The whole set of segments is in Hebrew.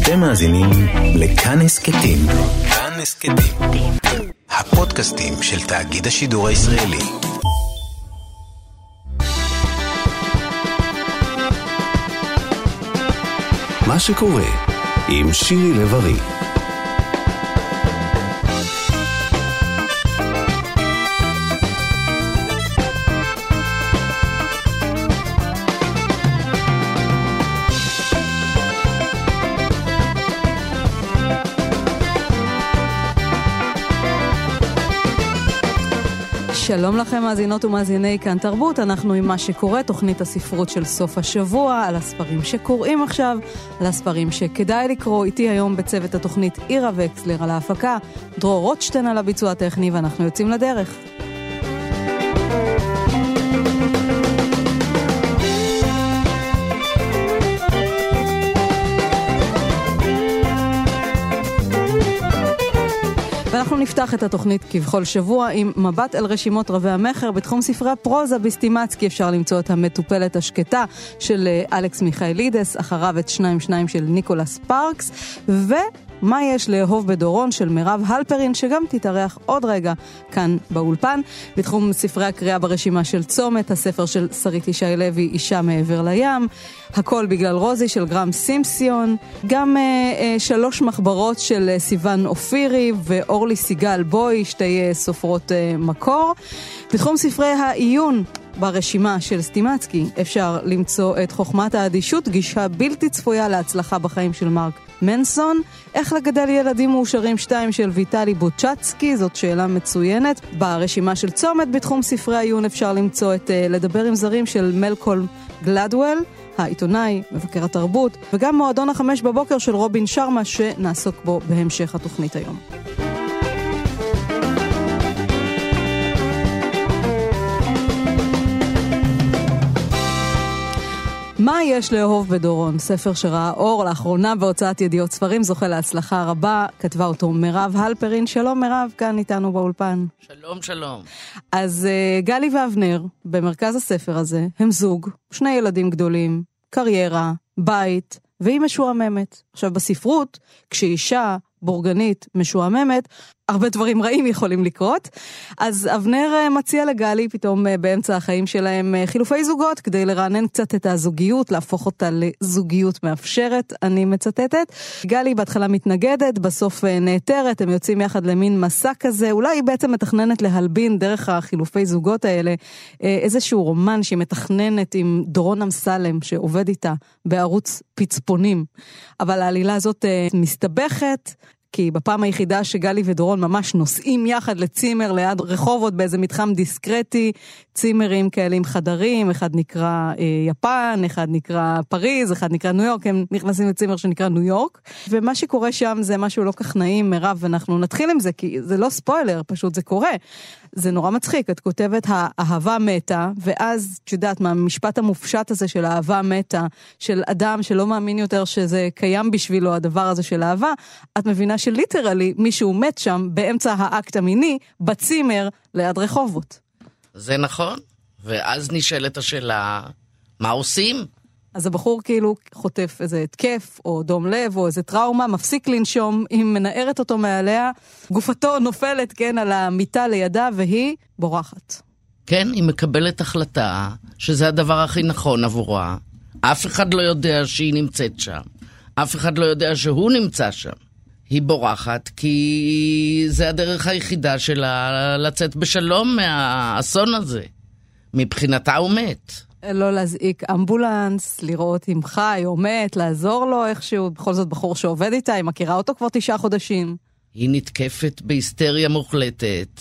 אתם מאזינים לכאן הסכתים. כאן הסכתים, הפודקאסטים של תאגיד השידור הישראלי. מה שקורה עם שירי לב-ארי. שלום לכם מאזינות ומאזיני כאן תרבות, אנחנו עם מה שקורה, תוכנית הספרות של סוף השבוע, על הספרים שקוראים עכשיו, על הספרים שכדאי לקרוא. איתי היום בצוות התוכנית אירה וקסלר על ההפקה, דרור רוטשטיין על הביצוע הטכני, ואנחנו יוצאים לדרך. ואנחנו נפתח את התוכנית כבכל שבוע עם מבט אל רשימות רבי המחר בתחום ספרי הפרוזה. בסטימצקי אפשר למצוא את המטופלת השקטה של אלכס מיכאלידס, אחריו את 2-2 של ניקולס פארקס, ומה יש לאהוב בדורון של מירב הלפרין, שגם תתארח עוד רגע כאן באולפן. בתחום ספרי הקריאה ברשימה של צומת, הספר של שרית ישי לוי, אישה מעבר לים, הכל בגלל רוזי של גרם סימפסיון, גם 3 מחברות של סיוון אופירי ואורלי סיגל בוי, שתי סופרות מקור. בתחום ספרי העיון ברשימה של סטימצקי אפשר למצוא את חוכמת האדישות, גישה בלתי צפויה להצלחה בחיים של מרק מנסון, איך לגדל ילדים מאושרים 2 של ויטלי בוצ'צקי, זאת שאלה מצוינת. ברשימה של צומת בתחום ספרי העיון אפשר למצוא את לדבר עם זרים של מלקולם גלדוול, העיתונאי, מבקר התרבות, וגם מועדון 5 בבוקר של רובין שרמה, שנעסוק בו בהמשך התוכנית היום. מה יש לאהוב בדורון? ספר שראה אור לאחרונה בהוצאת ידיעות ספרים, זוכה להצלחה רבה, כתבה אותו מירב הלפרין. שלום מירב, כאן איתנו באולפן. שלום, שלום. אז גלי ואבנר, במרכז הספר הזה, הם זוג, 2 ילדים גדולים, קריירה, בית, והיא משועממת. עכשיו בספרות, כשאישה בורגנית משועממת, הרבה דברים רעים יכולים לקרות. אז אבנר מציע לגלי פתאום באמצע החיים שלהם חילופי זוגות, כדי לרענן קצת את הזוגיות, להפוך אותה לזוגיות מאפשרת, אני מצטטת. גלי בהתחלה מתנגדת, בסוף נעתרת, הם יוצאים יחד למין מסע כזה, אולי היא בעצם מתכננת להלבין דרך החילופי זוגות האלה, איזשהו רומן שהיא מתכננת עם דורון אמסלם, שעובד איתה בערוץ פצפונים. אבל העלילה הזאת מסתבכת, כי בפעם היחידה שגלי ודורון ממש נוסעים יחד לצימר ליד רחובות באיזה מתחם דיסקרטי, צימרים כאלה עם חדרים, אחד נקרא יפן, אחד נקרא פריז, אחד נקרא ניו יורק, הם נכנסים לצימר שנקרא ניו יורק, ומה שקורה שם זה משהו לא כך נעים, מירב, ואנחנו נתחיל עם זה, כי זה לא ספוילר, פשוט זה קורה. זה נורא מצחיק, את כותבת האהבה מתה, ואז, את יודעת, מהמשפט המופשט הזה של האהבה מתה, של אדם שלא מאמין יותר שזה קיים בשבילו, הדבר הזה של אהבה, את מבינה שליטרלי מישהו מת שם באמצע האקט המיני, בצימר ליד רחובות. זה נכון, ואז נשאלת השאלה, מה עושים? אז הבחור כאילו חוטף איזה התקף, או דום לב, או איזה טראומה, מפסיק לנשום, היא מנערת אותו מעליה, גופתו נופלת, כן, על המיטה לידה, והיא בורחת. כן, היא מקבלת החלטה, שזה הדבר הכי נכון עבורה. אף אחד לא יודע שהיא נמצאת שם. אף אחד לא יודע שהוא נמצא שם. היא בורחת, כי זה הדרך היחידה שלה לצאת בשלום מהאסון הזה. מבחינתה הוא מת. לא להזעיק אמבולנס, לראות אם חי או מת, לעזור לו איכשהו, בכל זאת בחור שעובד איתה, היא מכירה אותו כבר 9 חודשים. היא נתקפת בהיסטריה מוחלטת,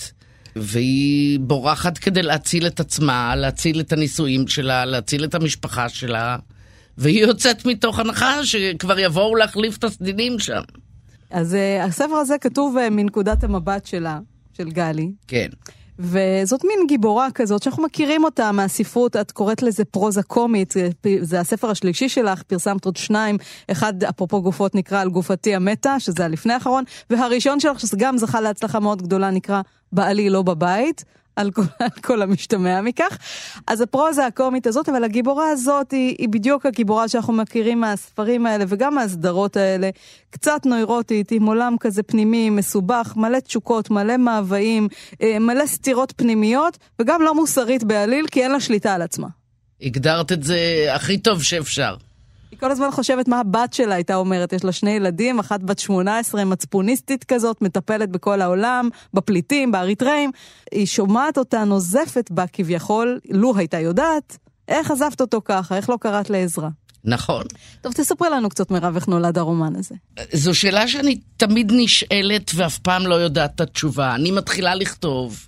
והיא בורחת כדי להציל את עצמה, להציל את הנישואים שלה, להציל את המשפחה שלה, והיא יוצאת מתוך הנחה שכבר יבואו להחליף את הסדינים שם. אז הספר הזה כתוב מנקודת המבט שלה, של גלי. כן. וזאת מין גיבורה כזאת שאנחנו מכירים אותה מהספרות, את קוראת לזה פרוזה קומית, זה הספר השלישי שלך, פרסמת עוד 2, אחד אפרופו גופות נקרא על גופתי המתה, שזה הלפני האחרון, והראשון שלך שגם זכה להצלחה מאוד גדולה נקרא בעלי לא בבית, על כל המשתמע מכך. אז הפרוזה הקומית הזאת, אבל הגיבורה הזאת היא בדיוק הגיבורה שאנחנו מכירים מהספרים האלה, וגם מהסדרות האלה, קצת נוירוטית, עם עולם כזה פנימי, מסובך, מלא תשוקות, מלא מאוויים, מלא סתירות פנימיות, וגם לא מוסרית בעליל, כי אין לה שליטה על עצמה. הגדרת את זה הכי טוב שאפשר. היא כל הזמן חושבת מה הבת שלה הייתה אומרת, יש לה 2 ילדים, אחת בת 18, מצפוניסטית כזאת, מטפלת בכל העולם, בפליטים, באריתראים, היא שומעת אותה נוזפת בה כביכול, לו הייתה יודעת, איך עזבת אותו ככה, איך לא קראת לעזרה. נכון. טוב, תספרי לנו קצת מירב איך נולד הרומן הזה. זו שאלה שאני תמיד נשאלת ואף פעם לא יודעת את התשובה. אני מתחילה לכתוב,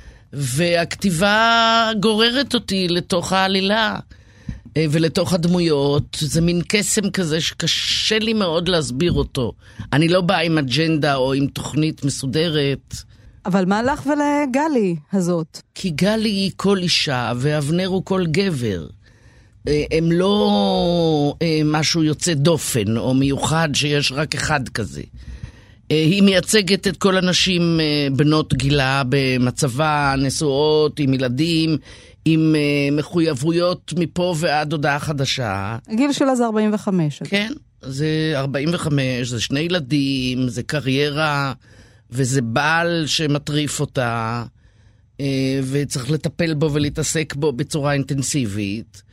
והכתיבה גוררת אותי לתוך העלילה. ולתוך הדמויות, זה מין קסם כזה שקשה לי מאוד להסביר אותו. אני לא באה עם אג'נדה או עם תוכנית מסודרת. אבל מה לך ולגלי הזאת? כי גלי היא כל אישה ואבנר הוא כל גבר. הם לא משהו יוצא דופן או מיוחד שיש רק אחד כזה. היא מייצגת את כל הנשים בנות גילה במצבה, נשואות, עם ילדים, עם מחויבויות מפה ועד הודעה חדשה. הגיל שלה זה 45. כן, זה 45, זה 2 ילדים, זה קריירה, וזה בעל שמטריף אותה, וצריך לטפל בו ולהתעסק בו בצורה אינטנסיבית.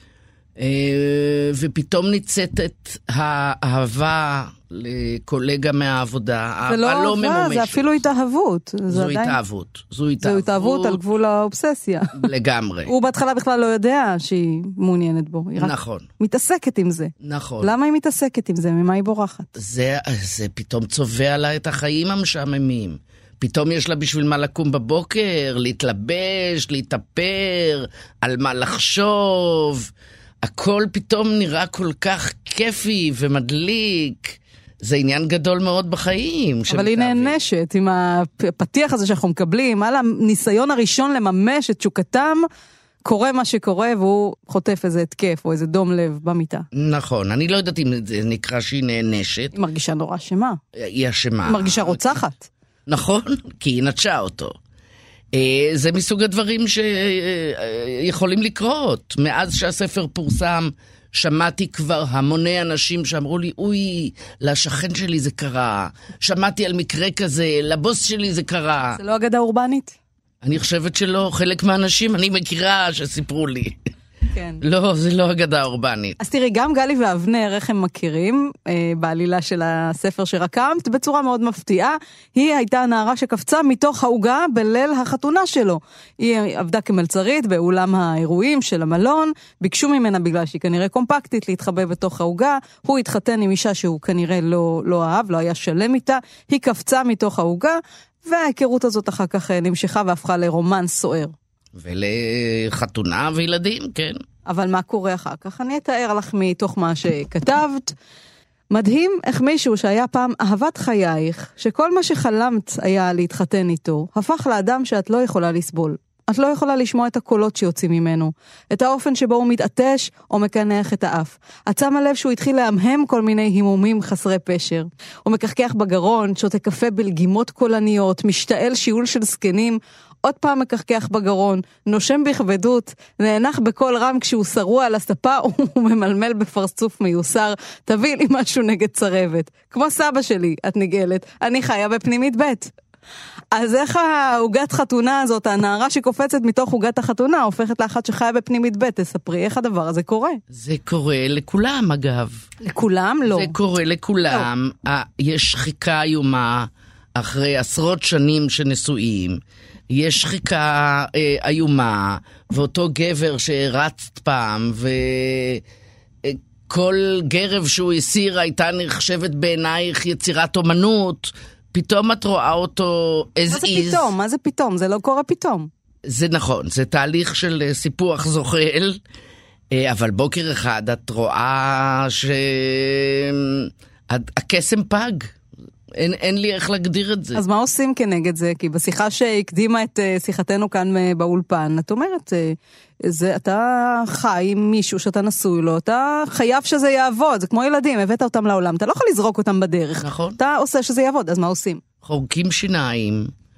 ופתאום ניצתת האהבה לקולגה מהעבודה, האהבה לא ממומשת. זה אפילו התאהבות. זו התאהבות. זו התאהבות על גבול האובססיה. לגמרי. הוא בהתחלה בכלל לא יודע שהיא מעוניינת בו. נכון. מתעסקת עם זה. נכון. למה היא מתעסקת עם זה? ממה היא בורחת? זה פתאום צובע לה את החיים המשעממים. פתאום יש לה בשביל מה לקום בבוקר, להתלבש, להתאפר, על מה לחשוב. הכל פתאום נראה כל כך כיפי ומדליק. זה עניין גדול מאוד בחיים. אבל היא נענשת עם הפתיח הזה שאנחנו מקבלים, על הניסיון הראשון לממש את תשוקתם, קורה מה שקורה והוא חוטף איזה התקף או איזה דום לב במיטה. נכון, אני לא יודעת אם זה נקרא שהיא נענשת. היא מרגישה נורא אשמה. היא אשמה. היא מרגישה רוצחת. נכון, כי היא נטשה אותו. זה מסוג הדברים שיכולים לקרות. מאז שהספר פורסם, שמעתי כבר המוני אנשים שאמרו לי, אוי, לשכן שלי זה קרה. שמעתי על מקרה כזה, לבוס שלי זה קרה. זה לא אגדה אורבנית? אני חושבת שלא. חלק מהאנשים אני מכירה שסיפרו לי. כן. לא, זה לא אגדה אורבנית. אז תראי, גם גלי ואבנר, איך הם מכירים, בעלילה של הספר שרקמת, בצורה מאוד מפתיעה, היא הייתה נערה שקפצה מתוך העוגה בליל החתונה שלו. היא עבדה כמלצרית באולם האירועים של המלון, ביקשו ממנה בגלל שהיא כנראה קומפקטית להתחבא בתוך העוגה, הוא התחתן עם אישה שהוא כנראה לא אהב, לא היה שלם איתה, היא קפצה מתוך העוגה, וההיכרות הזאת אחר כך נמשכה והפכה לרומן סוער. ולחתונה וילדים, כן. אבל מה קורה אחר כך? אני אתאר לך מתוך מה שכתבת. מדהים איך מישהו שהיה פעם אהבת חייך, שכל מה שחלמת היה להתחתן איתו, הפך לאדם שאת לא יכולה לסבול. את לא יכולה לשמוע את הקולות שיוצאים ממנו, את האופן שבו הוא מתעטש או מקנח את האף. את שמה לב שהוא התחיל להמהם כל מיני הימומים חסרי פשר. הוא מקחקח בגרון, שותה קפה בלגימות קולניות, משתעל שיעול של סקנים, עוד פעם מקחקח בגרון, נושם בכבדות, נאנח בכל רם כשהוא שרוע על הספה, הוא ממלמל בפרצוף מיוסר, תביא לי משהו נגד צרבת. כמו סבא שלי, את נגלת, אני חיה בפנימית ב'. אז איך העוגת חתונה הזאת, הנערה שקופצת מתוך עוגת החתונה, הופכת לאחת שחיה בפנימית ב', תספרי איך הדבר הזה קורה. זה קורה לכולם אגב. לכולם? לא. זה קורה לכולם. לא. יש שחיקה איומה אחרי עשרות שנים שנשואים. יש שחיקה איומה, ואותו גבר שרצת פעם, וכל גרב שהוא הסיר הייתה נחשבת בעינייך יצירת אומנות, פתאום את רואה אותו as is. מה זה פתאום? זה לא קורה פתאום. זה נכון, זה תהליך של סיפוח זוחל, אבל בוקר אחד את רואה שהקסם פג. אין לי איך להגדיר את זה. אז מה עושים כנגד זה? כי בשיחה שהקדימה את שיחתנו כאן באולפן, את אומרת, אתה חי עם מישהו שאתה נשוי לו, אתה חייב שזה יעבוד, זה כמו ילדים, הבאת אותם לעולם, אתה לא יכול לזרוק אותם בדרך. נכון. אתה עושה שזה יעבוד, אז מה עושים? חורקים שיניים,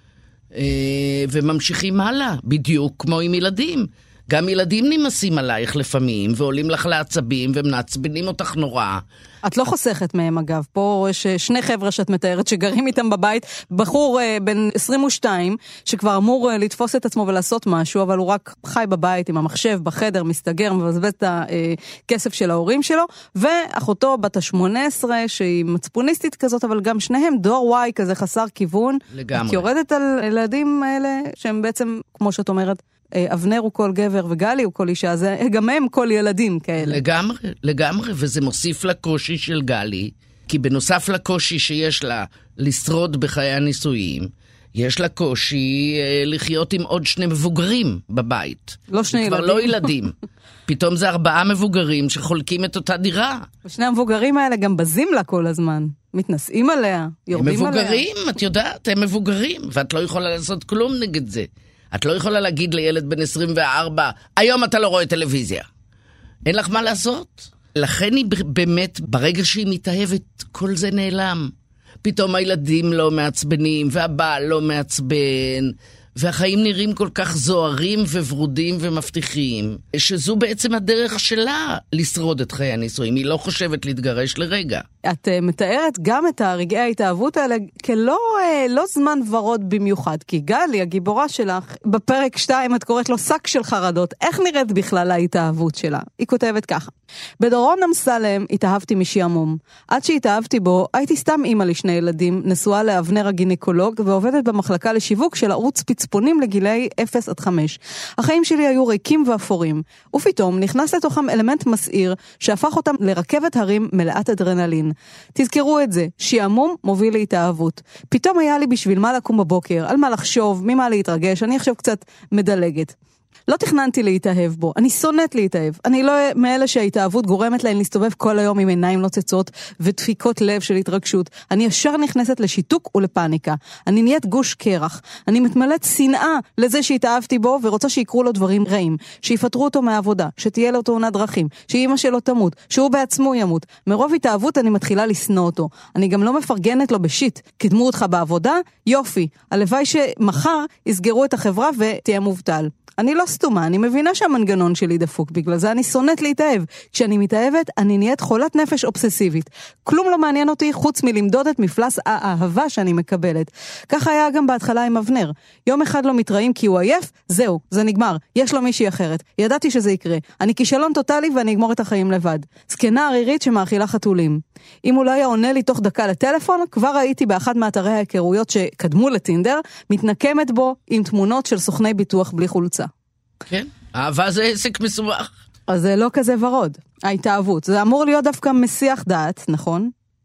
וממשיכים הלאה, בדיוק כמו עם ילדים. גם ילדים נמסים עלייך לפעמים, ועולים לך לעצבים, ומנעצבנים אותך נורא. את לא חוסכת מהם אגב, פה יש שני חבר'ה שאת מתארת שגרים איתם בבית, בחור בן 22 שכבר אמור לתפוס את עצמו ולעשות משהו, אבל הוא רק חי בבית עם המחשב בחדר, מסתגר, מבזבז את הכסף של ההורים שלו, ואחותו בת ה-18 שהיא מצפוניסטית כזאת, אבל גם שניהם דור Y כזה חסר כיוון. לגמרי. את יורדת על ילדים האלה שהם בעצם, כמו שאת אומרת, אבנר הוא כל גבר וגלי הוא כל אישה, זה גם הם כל ילדים כאלה. לגמרי, לגמרי, וזה מוסיף לקושי של גלי, כי בנוסף לקושי שיש לה לשרוד בחיי הנישואים, יש לה קושי לחיות עם עוד שני מבוגרים בבית. לא שני ילדים. כבר לא ילדים. פתאום זה 4 מבוגרים שחולקים את אותה דירה. ושני המבוגרים האלה גם בזים לה כל הזמן. מתנסים עליה, יורדים עליה. הם מבוגרים, את יודעת, הם מבוגרים, ואת לא יכולה לעשות כלום נגד זה. את לא יכולה להגיד לילד בן 24, היום אתה לא רואה טלוויזיה. אין לך מה לעשות. לכן היא באמת, ברגע שהיא מתאהבת, כל זה נעלם. פתאום הילדים לא מעצבנים, והבעל לא מעצבן, והחיים נראים כל כך זוהרים וורודים ומבטיחים, שזו בעצם הדרך שלה לשרוד את חיי הנישואים. היא לא חושבת להתגרש לרגע. את מתארת גם את הרגעי ההתאהבות האלה כלא לא זמן ורוד במיוחד, כי גלי, הגיבורה שלך, בפרק 2 את קוראת לו שק של חרדות. איך נראית בכלל ההתאהבות שלה? היא כותבת ככה: בדורון אמסלם התאהבתי משעמום. עד שהתאהבתי בו, הייתי סתם אימא לשני ילדים, נשואה לאבנר הגינקולוג, ועובדת במחלקה לשיווק של ערוץ פצפונים לגילאי 0-5. החיים שלי היו ריקים ואפורים, ופתאום נכנס לתוכם אלמנט מסעיר, שהפך אותם לרכבת הרים מלאת אדרנלין. תזכרו את זה, שעמום מוביל להתאהבות. פתאום היה לי בשביל מה לקום בבוקר, על מה לחשוב, ממה להתרגש, אני עכשיו קצת מדלגת. לא תכננתי להתאהב בו, אני שונאת להתאהב. אני לא מאלה שההתאהבות גורמת להן להסתובב כל היום עם עיניים נוצצות ודפיקות לב של התרגשות. אני ישר נכנסת לשיתוק ולפאניקה. אני נהיית גוש קרח. אני מתמלאת שנאה לזה שהתאהבתי בו ורוצה שיקרו לו דברים רעים. שיפטרו אותו מהעבודה, שתהיה לו תאונת דרכים, שאמא שלו תמות, שהוא בעצמו ימות. מרוב התאהבות אני מתחילה לשנוא אותו. אני גם לא מפרגנת לו בשיט. קידמו אותך בעבודה? יופי. הלוואי שמחר יסגרו את החברה ותהיה מובטל. אני לא סתומה, אני מבינה שהמנגנון שלי דפוק, בגלל זה אני שונאת להתאהב. כשאני מתאהבת, אני נהיית חולת נפש אובססיבית. כלום לא מעניין אותי חוץ מלמדוד את מפלס האהבה שאני מקבלת. ככה היה גם בהתחלה עם אבנר. יום אחד לא מתראים כי הוא עייף, זהו, זה נגמר. יש לו מישהי אחרת. ידעתי שזה יקרה. אני כישלון טוטלי ואני אגמור את החיים לבד. זקנה ערירית שמאכילה חתולים. אם הוא לא היה עונה לי תוך דקה לטלפון, כבר הייתי באחד מאתרי ההיכרויות שקדמו לטינדר, מתנקמת בו עם תמונות של סוכני ביטוח בלי חולצה. כן, אהבה זה עסק מסובך. אז זה לא כזה ורוד, ההתאהבות. זה אמור להיות דווקא מסיח דעת, נכון?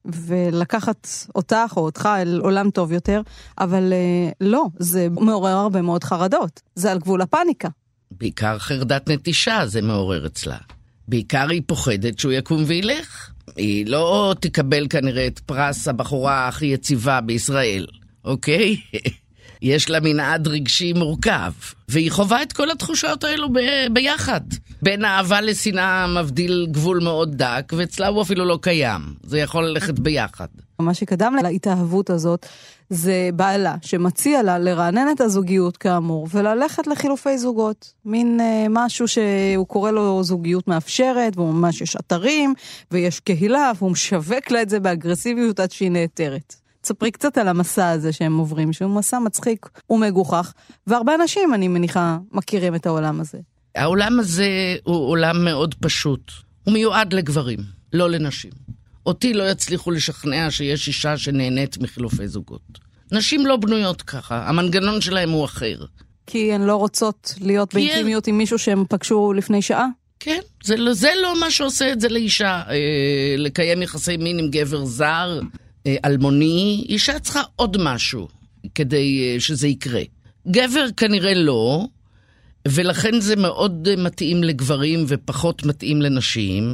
ולקחת אותך או אותך אל עולם טוב יותר, אבל לא, זה מעורר הרבה מאוד חרדות. זה על גבול הפאניקה. בעיקר חרדת נטישה זה מעורר אצלה. בעיקר היא פוחדת שהוא יקום וילך. היא לא תקבל כנראה את פרס הבחורה הכי יציבה בישראל, אוקיי? יש לה מנעד רגשי מורכב, והיא חובה את כל התחושות האלו ביחד. בין אהבה לשנאה מבדיל גבול מאוד דק, ואצלה הוא אפילו לא קיים. זה יכול ללכת ביחד. מה שקדם להתאהבות הזאת, זה בעלה שמציע לה לרענן את הזוגיות כאמור, וללכת לחילופי זוגות. מין משהו שהוא קורא לו זוגיות מאפשרת, והוא ממש יש אתרים, ויש קהילה, והוא משווק לה את זה באגרסיביות עד שהיא נהתרת. תספרי קצת על המסע הזה שהם עוברים, שהוא מסע מצחיק ומגוחך, והרבה אנשים, אני מניחה, מכירים את העולם הזה. העולם הזה הוא עולם מאוד פשוט. הוא מיועד לגברים, לא לנשים. אותי לא יצליחו לשכנע שיש אישה שנהנית מחילופי זוגות. נשים לא בנויות ככה, המנגנון שלהם הוא אחר. כי הן לא רוצות להיות באינטימיות עם מישהו שהם פגשו לפני שעה? כן, זה לא מה שעושה את זה לאישה. לקיים יחסי מין עם גבר זר, אלמוני, אישה צריכה עוד משהו כדי שזה יקרה. גבר כנראה לא, ולכן זה מאוד מתאים לגברים ופחות מתאים לנשים,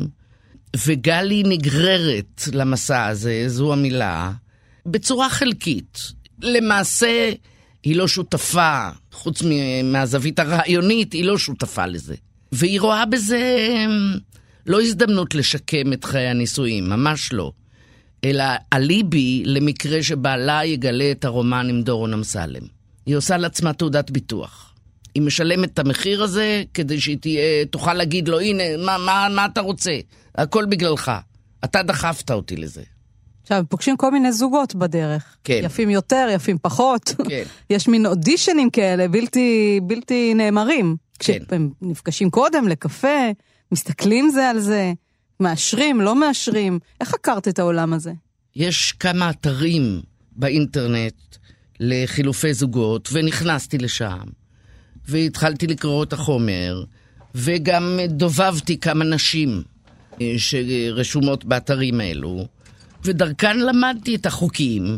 וגלי נגררת למסע הזה, זו המילה, בצורה חלקית. למעשה היא לא שותפה, חוץ מהזווית הרעיונית, היא לא שותפה לזה. והיא רואה בזה לא הזדמנות לשקם את חיי הנישואים, ממש לא. אלא אליבי למקרה שבעלה יגלה את הרומן עם דורון אמסלם. היא עושה לעצמה תעודת ביטוח. היא משלמת את המחיר הזה כדי שהיא תוכל להגיד לו, הנה, מה אתה רוצה? הכל בגללך. אתה דחפת אותי לזה. עכשיו, פוגשים כל מיני זוגות בדרך. כן. יפים יותר, יפים פחות. כן. יש מין אודישנים כאלה, בלתי נאמרים. כן. כשהם נפגשים קודם לקפה, מסתכלים זה על זה, מאשרים, לא מאשרים. איך חקרת את העולם הזה? יש כמה אתרים באינטרנט לחילופי זוגות, ונכנסתי לשם, והתחלתי לקרוא את החומר, וגם דובבתי כמה נשים שרשומות באתרים האלו, ודרכן למדתי את החוקים,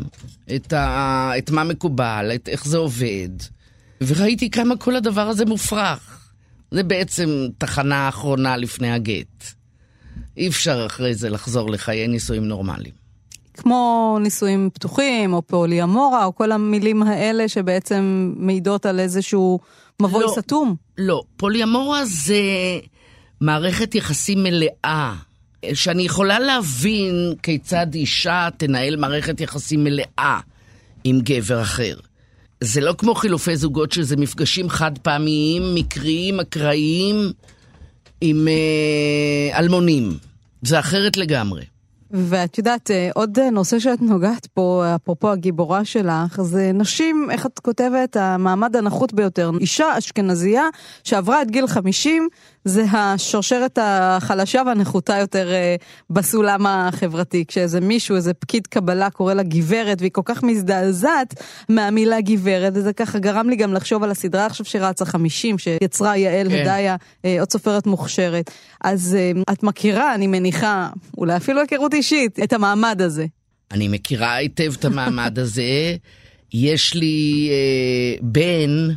את מה מקובל, את איך זה עובד, וראיתי כמה כל הדבר הזה מופרך. זה בעצם תחנה האחרונה לפני הגט. אי אפשר אחרי זה לחזור לחיי נישואים נורמליים. כמו נישואים פתוחים, או פוליאמורה, או כל המילים האלה שבעצם מעידות על איזשהו מבוי סתום. לא, פוליאמורה זה מערכת יחסים מלאה, שאני יכולה להבין כיצד אישה תנהל מערכת יחסים מלאה עם גבר אחר. זה לא כמו חילופי זוגות שזה מפגשים חד פעמיים, מקריים, אקראיים, עם אלמונים. זה אחרת לגמרי. ואת יודעת, עוד נושא שאת נוגעת פה, אפרופו הגיבורה שלך, זה נשים, איך את כותבת, המעמד הנחות ביותר. אישה אשכנזייה שעברה את גיל 50, זה השרשרת החלשה והנחותה יותר בסולם החברתי. כשאיזה מישהו, איזה פקיד קבלה קורא לה גברת, והיא כל כך מזדעזעת מהמילה גברת, וזה ככה גרם לי גם לחשוב על הסדרה, עכשיו שרצה 50, שיצרה יעל הדיה, עוד סופרת מוכשרת. אז את מכירה, אני מניחה, אולי אפילו הכירות אישית, את המעמד הזה. אני מכירה היטב את המעמד הזה. יש לי בן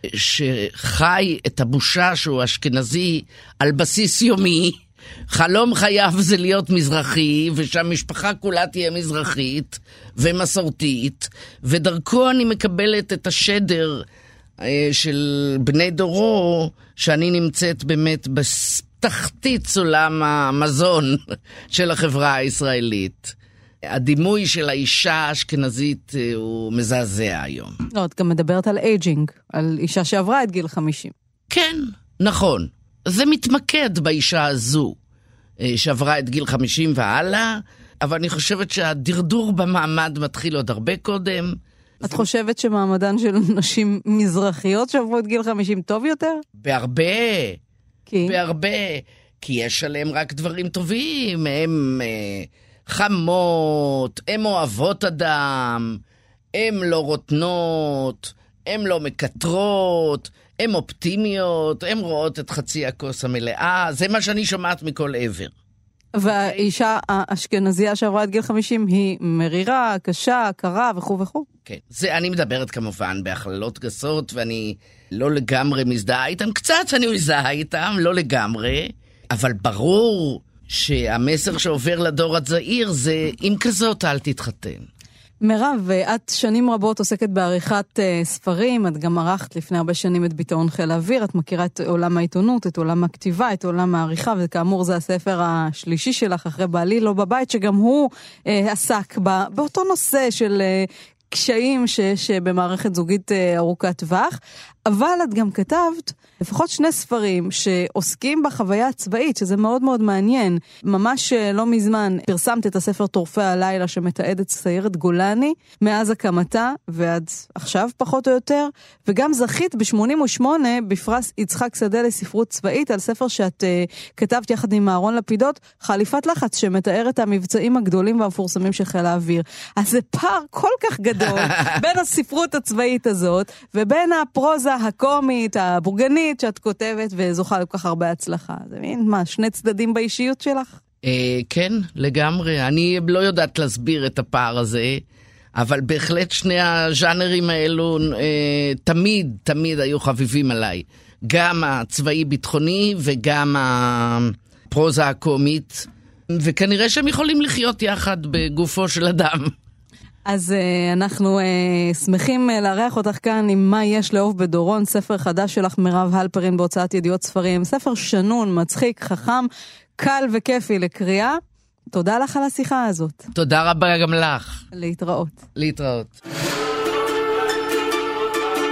שחי את הבושה שהוא אשכנזי על בסיס יומי. חלום חייו זה להיות מזרחי, ושהמשפחה כולה תהיה מזרחית ומסורתית, ודרכו אני מקבלת את השדר של בני דורו, שאני נמצאת באמת בתחתית סולם המזון של החברה הישראלית. הדימוי של האישה האשכנזית הוא מזעזע היום. לא, את גם מדברת על אייג'ינג, על אישה שעברה את גיל 50. כן, נכון. זה מתמקד באישה הזו, שעברה את גיל 50 והלאה, אבל אני חושבת שהדרדור במעמד מתחיל עוד הרבה קודם. את חושבת שמעמדן של נשים מזרחיות שעברו את גיל 50 טוב יותר? בהרבה. כי? בהרבה. כי יש עליהם רק דברים טובים. הם חמות, הם אוהבות אדם, הם לא רוטנות, הם לא מקטרות, הם אופטימיות, הם רואות את חצי הכוס המלאה. זה מה שאני שומעת מכל עבר. והאישה האשכנזייה שעברה את גיל 50 היא מרירה, קשה, קרה וכו' וכו'. כן, זה אני מדברת כמובן בהכללות גסות, ואני לא לגמרי מזדהה איתם, קצת שאני מזדהה איתם, לא לגמרי, אבל ברור שהמסר שעובר לדור הצעיר זה, אם כזאת אל תתחתן. מירב, את שנים רבות עוסקת בעריכת ספרים, את גם ערכת לפני הרבה שנים את ביטאון חיל האוויר, את מכירה את עולם העיתונות, את עולם הכתיבה, את עולם העריכה, וכאמור זה הספר השלישי שלך אחרי בעלי לא בבית, שגם הוא עסק באותו נושא של קשיים שיש במערכת זוגית ארוכת טווח, אבל את גם כתבת לפחות 2 ספרים שעוסקים בחוויה הצבאית, שזה מאוד מאוד מעניין. ממש לא מזמן פרסמת את הספר טורפי הלילה שמתעד את סיירת גולני, מאז הקמתה ועד עכשיו פחות או יותר, וגם זכית ב-88 בפרס יצחק שדה לספרות צבאית, על ספר שאת כתבת יחד עם אהרון לפידות, חליפת לחץ, שמתאר את המבצעים הגדולים והמפורסמים של חיל האוויר. אז זה פער כל כך גדול בין הספרות הצבאית הזאת, ובין הפרוזה הקומית, הבורגנית, שאת כותבת וזוכה לכל כך הרבה הצלחה. זה מין, מה, 2 צדדים באישיות שלך? כן, לגמרי. אני לא יודעת להסביר את הפער הזה, אבל בהחלט 2 הז'אנרים האלו תמיד היו חביבים עליי. גם הצבאי-ביטחוני וגם הפרוזה הקומית, וכנראה שהם יכולים לחיות יחד בגופו של אדם. אז אנחנו שמחים לארח אותך כאן עם מה יש לאהוב בדורון, ספר חדש שלך מירב הלפרין בהוצאת ידיעות ספרים, ספר שנון, מצחיק, חכם, קל וכיפי לקריאה. תודה לך על השיחה הזאת. תודה רבה גם לך. להתראות. להתראות.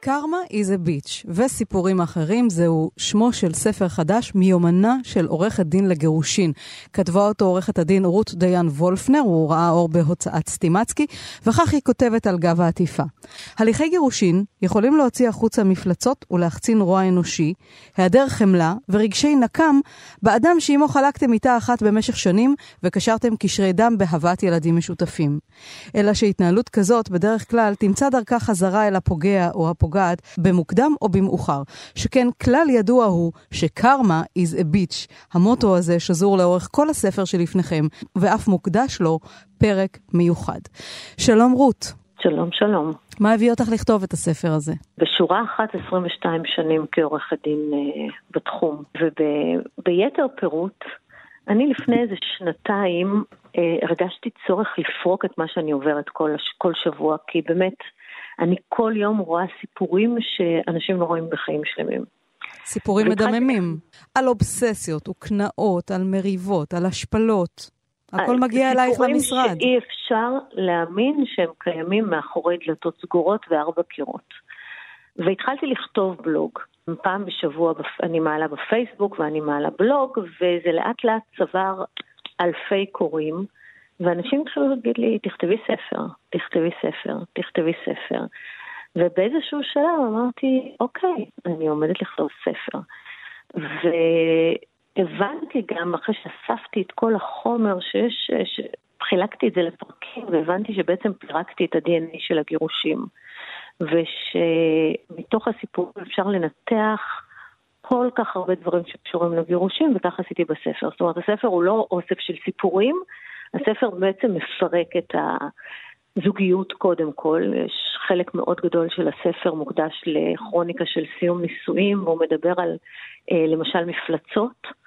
קרמה is a bitch וסיפורים אחרים זהו שמו של ספר חדש מיומנה של עורכת דין לגירושין. כתבה אותו עורכת הדין רות דיין וולפנר, הוא ראה אור בהוצאת סטימצקי, וכך היא כותבת על גב העטיפה. הליכי גירושין יכולים להוציא החוצה מפלצות ולהחצין רוע אנושי, היעדר חמלה ורגשי נקם באדם שעמו חלקתם איתה אחת במשך שנים וקשרתם קשרי דם בהבאת ילדים משותפים. אלא שהתנהלות כזאת בדרך כלל תמצא דרכה חזרה אל הפוגע או הפוגעת במוקדם או במאוחר, שכן כלל ידוע הוא שקרמה is a bitch. המוטו הזה שזור לאורך כל הספר שלפניכם, ואף מוקדש לו פרק מיוחד. שלום רות. שלום, שלום. מה הביא אותך לכתוב את הספר הזה? בשורה אחת 22 שנים כעורכת דין בתחום, וביתר פירוט, אני לפני איזה שנתיים הרגשתי צורך לפרוק את מה שאני עוברת כל שבוע, כי באמת אני כל יום רואה סיפורים שאנשים לא רואים בחיים שלמים. סיפורים מדממים, על אובססיות וקנאות, על מריבות, על השפלות. הכל מגיע אלייך למשרד. סיפורים שאי אפשר להאמין שהם קיימים מאחורי דלתות סגורות וארבע קירות. והתחלתי לכתוב בלוג. פעם בשבוע אני מעלה בפייסבוק ואני מעלה בלוג, וזה לאט לאט צבר אלפי קוראים, ואנשים התחילו להגיד לי, תכתבי ספר, תכתבי ספר, תכתבי ספר. ובאיזשהו שלב אמרתי, אוקיי, אני עומדת לכתוב ספר. והבנתי גם, אחרי שאספתי את כל החומר חילקתי את זה לפרקים, והבנתי שבעצם פירקתי את ה-DNA של הגירושים. ושמתוך הסיפור אפשר לנתח כל כך הרבה דברים שקשורים לגירושים, וכך עשיתי בספר. זאת אומרת, הספר הוא לא אוסף של סיפורים, הספר בעצם מפרק את הזוגיות קודם כל. יש חלק מאוד גדול של הספר מוקדש לכרוניקה של סיום נישואים, והוא מדבר על למשל מפלצות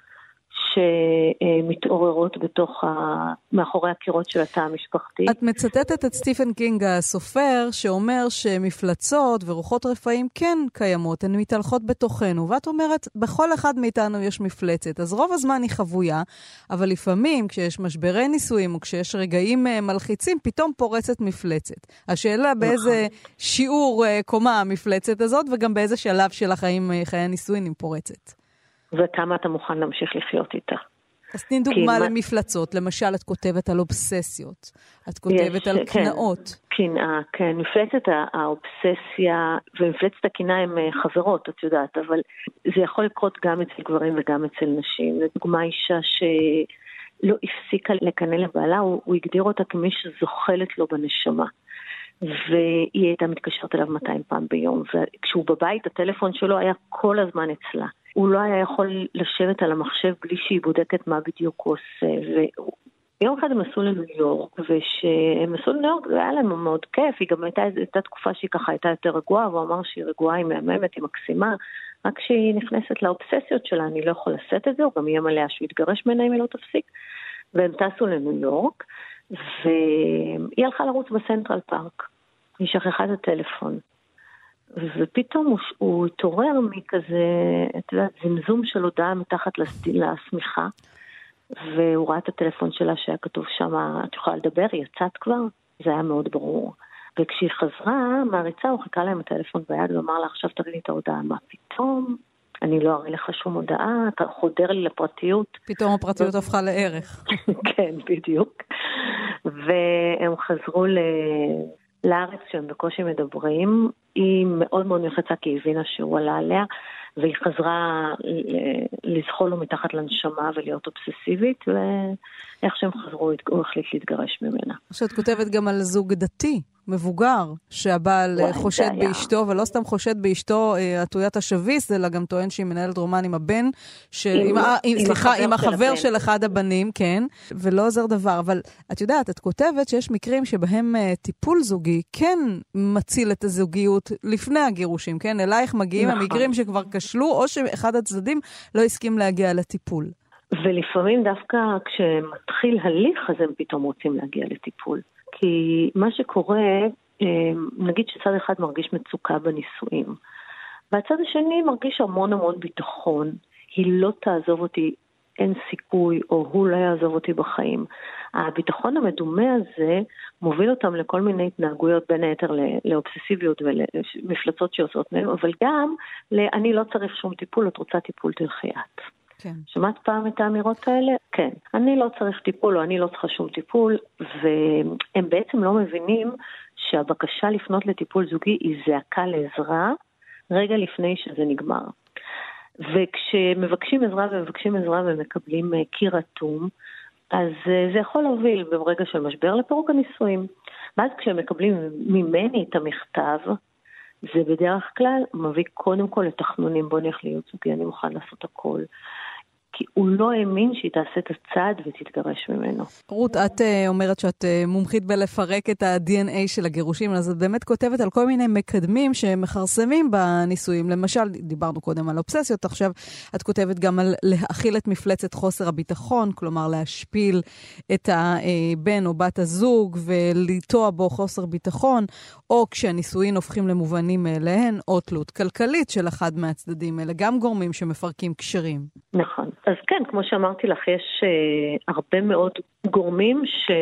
שמתעוררות מאחורי הקירות של התא המשפחתי. את מצטטת את סטיפן קינג הסופר, שאומר שמפלצות ורוחות רפאים כן קיימות, הן מתהלכות בתוכנו, ואת אומרת, בכל אחד מאיתנו יש מפלצת, אז רוב הזמן היא חבויה, אבל לפעמים כשיש משברי נישואים, או כשיש רגעים מלחיצים, פתאום פורצת מפלצת. השאלה באיזה שיעור קומה המפלצת הזאת, וגם באיזה שלב של החיים, חיי הנישואים היא פורצת. וכמה אתה מוכן להמשיך לחיות איתה. אז תני דוגמה למפלצות. למשל, את כותבת על אובססיות. את כותבת על קנאות. קנאה, כן. מפלצת האובססיה ומפלצת הקנאה הם חברות, את יודעת, אבל זה יכול לקרות גם אצל גברים וגם אצל נשים. לדוגמה, אישה שלא הפסיקה לקנא לבעלה, הוא הגדיר אותה כמי שזוחלת לו בנשמה. והיא הייתה מתקשרת אליו 200 פעם ביום. וכשהוא בבית, הטלפון שלו היה כל הזמן אצלה. הוא לא היה יכול לשבת על המחשב בלי שהיא בודקת מה בדיוק הוא עושה. ויום אחד הם עשו לניו יורק, ושהם עשו לניו יורק, זה היה להם מאוד כיף, היא גם הייתה תקופה שהיא ככה הייתה יותר רגועה, והוא אמר שהיא רגועה, היא מהממת, היא מקסימה, רק שהיא נכנסת לאובססיות שלה, אני לא יכול לשאת את זה, הוא גם יהיה מלא שהוא יתגרש ממנה אם היא לא תפסיק, והם טסו לניו יורק, והיא הלכה לרוץ בסנטרל פארק, היא שכחה את הטלפון. ופתאום הוא התעורר מכזה, את יודעת, זמזום של הודעה מתחת לסמיכה, והוא ראה את הטלפון שלה שהיה כתוב שם, את יכולה לדבר, היא יצאת כבר, זה היה מאוד ברור. וכשהיא חזרה מהריצה, הוא חיכה להם הטלפון ביד, ואמר לה, עכשיו תראי לי את ההודעה, מה פתאום? אני לא אראה לך שום הודעה, אתה חודר לי לפרטיות. פתאום הפרטיות הפכה לערך. כן, בדיוק. והם חזרו לארץ שהם בקושי מדברים, היא מאוד מאוד נלחצה כי היא הבינה שהוא עלה עליה, והיא חזרה לזחול לו מתחת לנשמה ולהיות אובססיבית, ואיך שהם חזרו הוא החליט להתגרש ממנה. שאת כותבת גם על זוג דתי, מבוגר, שהבעל חושד באשתו, ולא סתם חושד באשתו עטוית השביס, אלא גם טוען שהיא מנהלת רומן עם הבן, עם החבר של אחד הבנים, כן, ולא עוזר דבר. אבל את יודעת, את כותבת שיש מקרים שבהם טיפול זוגי כן מציל את הזוגיות לפני הגירושים, כן? אלייך מגיעים המקרים שכבר כשלו, או שאחד הצדדים לא הסכים להגיע לטיפול. ולפעמים דווקא כשמתחיל הליך, אז הם פתאום רוצים להגיע לטיפול. כי מה שקורה, נגיד שצד אחד מרגיש מצוקה בנישואים, והצד השני מרגיש המון המון ביטחון, היא לא תעזוב אותי אין סיכוי, או הוא לא יעזוב אותי בחיים. הביטחון המדומה הזה מוביל אותם לכל מיני התנהגויות, בין היתר לאובססיביות ולמפלצות שעושות מהם, אבל גם אני לא צריך שום טיפול, את רוצה טיפול תלכי את. כן. שמעת פעם את האמירות האלה? כן. אני לא צריך טיפול, או אני לא צריכה שום טיפול, והם בעצם לא מבינים שהבקשה לפנות לטיפול זוגי היא זעקה לעזרה, רגע לפני שזה נגמר. וכשמבקשים עזרה ומבקשים עזרה ומקבלים קיר אטום, אז זה יכול להוביל ברגע של משבר לפירוק הנישואים. ואז כשהם מקבלים ממני את המכתב, זה בדרך כלל מביא קודם כל לתחנונים, בוא נלך להיות זוגי, אני מוכן לעשות הכל. כי הוא לא האמין שהיא תעשה את הצעד ותתגרש ממנו. רות, את אומרת שאת מומחית בלפרק את ה-DNA של הגירושים, אז את באמת כותבת על כל מיני מקדמים שמחרסמים בנישואים. למשל, דיברנו קודם על אובססיות, עכשיו את כותבת גם על להאכיל את מפלצת חוסר הביטחון, כלומר להשפיל את הבן או בת הזוג ולטוע בו חוסר ביטחון, או כשהנישואים הופכים למובנים מאליהן, או תלות כלכלית של אחד מהצדדים, אלה גם גורמים שמפרקים קשרים. נכון. אז כן, כמו שאמרתי לך, יש הרבה מאוד גורמים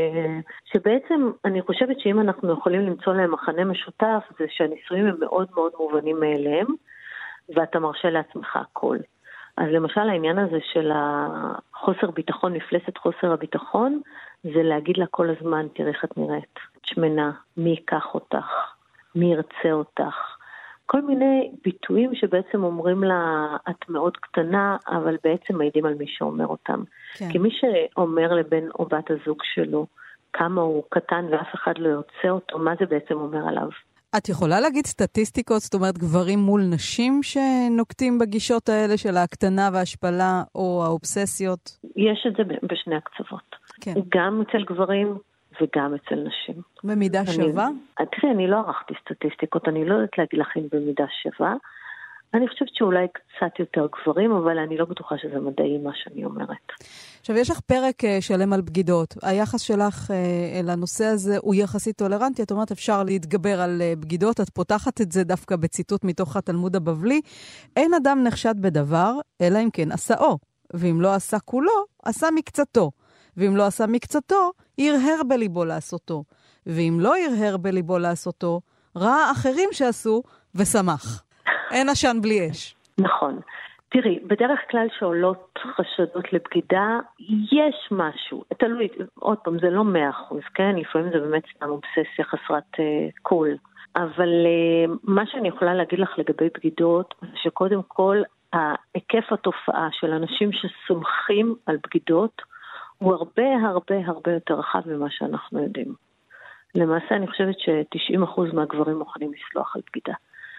שבעצם אני חושבת שאם אנחנו יכולים למצוא להם מחנה משותף, זה שהנישואים הם מאוד מאוד מובנים מאליהם, ואתה מרשה לעצמך הכל. אז למשל העניין הזה של החוסר ביטחון, מפלסת חוסר הביטחון, זה להגיד לה כל הזמן, תראי איך את נראית, שמנה, מי ייקח אותך, מי ירצה אותך, כל מיני ביטויים שבעצם אומרים לה, את מאוד קטנה, אבל בעצם מעידים על מי שאומר אותם. כן. כי מי שאומר לבן או בת הזוג שלו, כמה הוא קטן ואף אחד לא יוצא אותו, מה זה בעצם אומר עליו? את יכולה להגיד סטטיסטיקות, זאת אומרת גברים מול נשים שנוקטים בגישות האלה של ההקטנה וההשפלה או האובססיות? יש את זה בשני הקצוות. כן. גם אצל גברים וגם אצל נשים. במידה שווה? תראי, אני לא ערכתי סטטיסטיקות, אני לא יודעת להגיד לכם במידה שווה. אני חושבת שאולי קצת יותר גברים, אבל אני לא בטוחה שזה מדעי מה שאני אומרת. עכשיו, יש לך פרק שלם על בגידות. היחס שלך אל הנושא הזה הוא יחסית טולרנטי. את אומרת, אפשר להתגבר על בגידות. את פותחת את זה דווקא בציטוט מתוך התלמוד הבבלי. אין אדם נחשד בדבר, אלא אם כן עשאו. ואם לא עשה כולו, עשה מקצתו. ואם לא עשה מקצתו, ירהר בליבו לעשותו. ואם לא ירהר בליבו לעשותו, ראה אחרים שעשו ושמח. אין עשן בלי אש. נכון. תראי, בדרך כלל שעולות חשדות לבגידה, יש משהו. תלוי, עוד פעם, זה לא 100%, כן? לפעמים זה באמת סתם אובססיה חסרת קול. אבל מה שאני יכולה להגיד לך לגבי בגידות, זה שקודם כל, היקף התופעה של אנשים שסומכים על בגידות, הוא הרבה יותר רחב ממה שאנחנו יודעים. למעשה אני חושבת ש90% מהגברים מוכנים לסלוח על בגידה.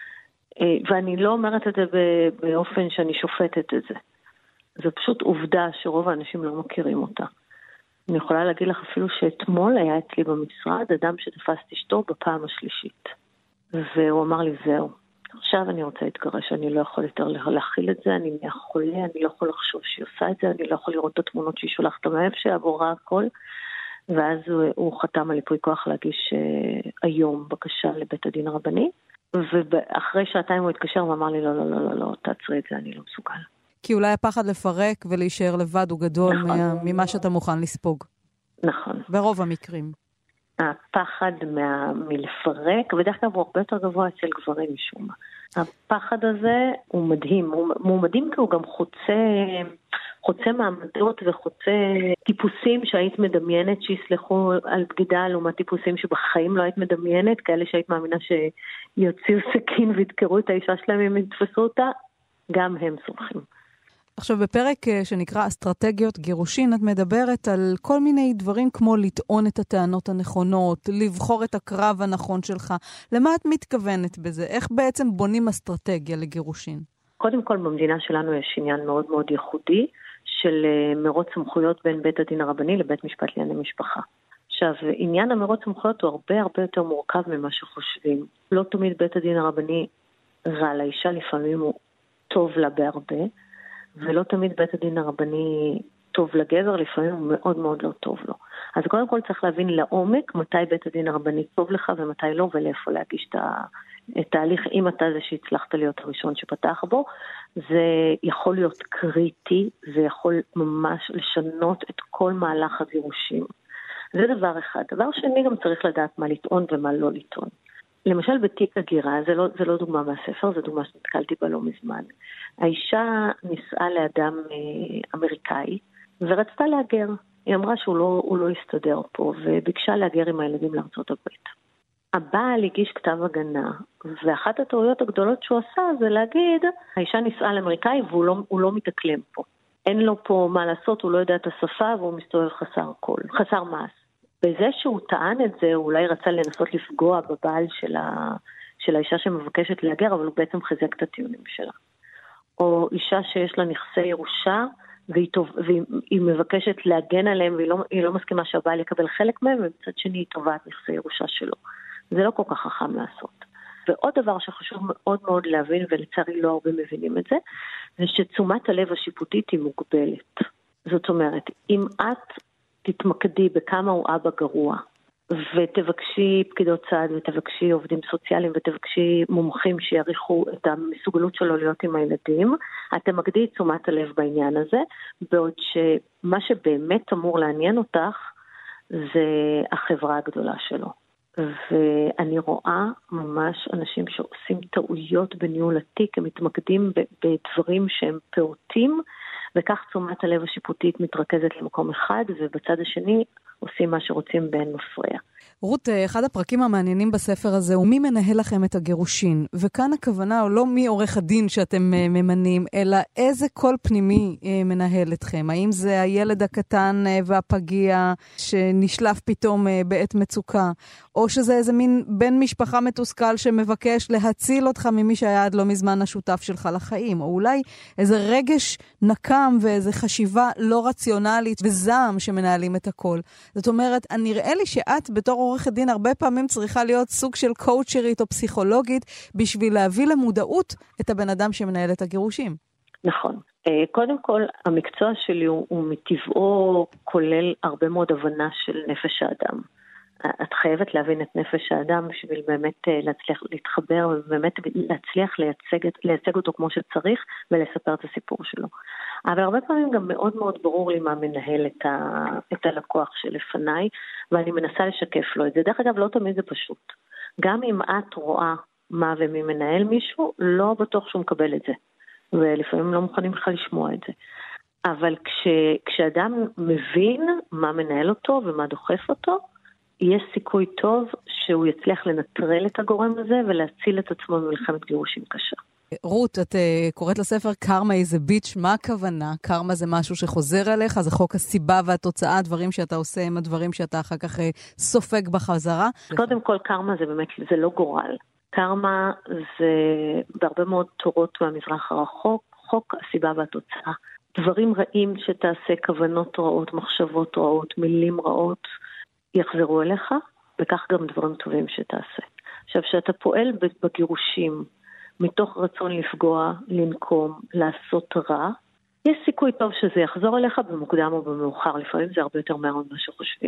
ואני לא אומרת את זה באופן שאני שופטת את זה. זו פשוט עובדה שרוב האנשים לא מכירים אותה. אני יכולה להגיד לך אפילו שאתמול היה אצלי במשרד אדם שתפס את אשתו בפעם השלישית. והוא אמר לי, זהו. עכשיו אני רוצה להתגרש, אני לא יכול יותר להכיל את זה, אני נהיה חולה, אני לא יכול לחשוב שהיא עושה את זה, אני לא יכול לראות את התמונות שהיא שולחת מהאב שעבורה הכל, ואז הוא חתם על ייפוי כוח להגיש היום בקשה לבית הדין הרבני, ואחרי שעתיים הוא התקשר ואמר לי, לא, תעצרי את זה, אני לא מסוגל. כי אולי הפחד לפרק ולהישאר לבד הוא גדול ממה שאתה מוכן לספוג. נכון. ברוב המקרים. הפחד מלפרק, ודרך כלל הוא הרבה יותר גבוה אצל גברים משום מה. הפחד הזה הוא מדהים, הוא מדהים כי הוא גם חוצה מעמדות וחוצה טיפוסים שהיית מדמיינת שיסלחו על בגידה, לעומת טיפוסים שבחיים לא היית מדמיינת, כאלה שהיית מאמינה שיוציאו סכין וידקרו את האישה שלהם אם יתפסו אותה, גם הם סומכים. עכשיו, בפרק שנקרא אסטרטגיות גירושין, את מדברת על כל מיני דברים כמו לטעון את הטענות הנכונות, לבחור את הקרב הנכון שלך. למה את מתכוונת בזה? איך בעצם בונים אסטרטגיה לגירושין? קודם כל, במדינה שלנו יש עניין מאוד מאוד ייחודי של מרוץ סמכויות בין בית הדין הרבני לבית משפט לענייני משפחה. עכשיו, עניין המרוץ סמכויות הוא הרבה יותר מורכב ממה שחושבים. לא תמיד בית הדין הרבני רע לאישה, לפעמים הוא טוב לה בהרבה. ולא תמיד בית הדין הרבני טוב לגבר, לפעמים הוא מאוד מאוד לא טוב לו. אז קודם כל צריך להבין לעומק מתי בית הדין הרבני טוב לך ומתי לא, ולאיפה להגיש תהליך, אם אתה זה שהצלחת להיות הראשון שפתח בו, זה יכול להיות קריטי, זה יכול ממש לשנות את כל מהלך הגירושים. זה דבר אחד. דבר שני, גם צריך לדעת מה לטעון ומה לא לטעון. למשל בתיק הגירה, זה לא דוגמה מהספר, זה דוגמה שנתקלתי בה לא מזמן. האישה נישאה לאדם אמריקאי, ורצתה להגר. היא אמרה שהוא לא יסתדר פה, וביקשה להגר עם הילדים לארצות הברית. הבעל הגיש כתב הגנה, ואחת הטעויות הגדולות שהוא עשה זה להגיד, האישה נישאה לאמריקאי והוא לא מתאקלם פה. אין לו פה מה לעשות, הוא לא יודע את השפה והוא מסתובב חסר מעש. בזה שהוא טען את זה, הוא אולי רצה לנסות לפגוע בבעל של האישה שמבקשת להגר, אבל הוא בעצם חזק את הטיעונים שלה. או אישה שיש לה נכסי ירושה, והיא מבקשת להגן עליהם, והיא לא מסכימה שהבעל יקבל חלק מהם, ובצד שני היא תובעת נכסי ירושה שלו. זה לא כל כך חכם לעשות. ועוד דבר שחשוב מאוד מאוד להבין, ולצערי לא הרבה מבינים את זה, זה שתשומת הלב השיפוטית היא מוגבלת. זאת אומרת, אם את תתמקדי בכמה הוא אבא גרוע, ותבקשי פקידות צעד, ותבקשי עובדים סוציאליים, ותבקשי מומחים שיעריכו את המסוגלות שלו להיות עם הילדים, את תמקדי את תשומת הלב בעניין הזה, בעוד שמה שבאמת אמור לעניין אותך, זה החברה הגדולה שלו. ואני רואה ממש אנשים שעושים טעויות בניהול התיק, הם מתמקדים בדברים שהם פעוטים, וכך תשומת הלב השיפוטית מתרכזת למקום אחד, ובצד השני עושים מה שרוצים בין מפריע. רות, אחד הפרקים המעניינים בספר הזה הוא מי מנהל לכם את הגירושין, וכאן הכוונה הוא לא מי עורך הדין שאתם ממנים, אלא איזה קול פנימי מנהל אתכם. האם זה הילד הקטן והפגיע שנשלף פתאום בעת מצוקה, או שזה איזה מין בן משפחה מתוסכל שמבקש להציל אותך ממי שהיה עד לא מזמן השותף שלך לחיים, או אולי איזה רגש נקם ואיזה חשיבה לא רציונלית וזעם שמנהלים את הכל. זאת אומרת, נראה לי שאת בתור עורכת דין הרבה פעמים צריכה להיות סוג של קואוצ'רית או פסיכולוגית בשביל להביא למודעות את הבן אדם שמנהל את הגירושים. נכון. קודם כל, המקצוע שלי הוא מטבעו כולל הרבה מאוד הבנה של נפש האדם. את חייבת להבין את נפש האדם בשביל באמת להצליח להתחבר ובאמת להצליח לייצג אותו כמו שצריך ולספר את הסיפור שלו. אבל הרבה פעמים גם מאוד מאוד ברור לי מה מנהל את הלקוח שלפניי, ואני מנסה לשקף לו את זה. דרך אגב, לא תמיד זה פשוט. גם אם את רואה מה ומי מנהל מישהו, לא בטוח שהוא מקבל את זה. ולפעמים לא מוכנים בכלל לשמוע את זה. אבל כשאדם מבין מה מנהל אותו ומה דוחף אותו, יש סיכוי טוב שהוא יצליח לנטרל את הגורם הזה ולהציל את עצמו ממלחמת גירושים קשה. רות, את קוראת לספר קרמה איזה ביץ', מה הכוונה? קרמה זה משהו שחוזר אליך, זה חוק הסיבה והתוצאה, דברים שאתה עושה עם הדברים שאתה אחר כך סופג בחזרה. קודם כל, קרמה זה באמת, זה לא גורל. קרמה זה בהרבה מאוד תורות מהמזרח הרחוק, חוק הסיבה והתוצאה. דברים רעים שתעשה, כוונות רעות, מחשבות רעות, מילים רעות, יחזרו אליך, וכך גם דברים טובים שתעשה. עכשיו, שאתה פועל בגירושים, מתוך רצון לפגוע, לנקום, לעשות רע, יש סיכוי טוב שזה יחזור אליך במוקדם או במאוחר, לפעמים זה הרבה יותר מהר ממה שחושבים.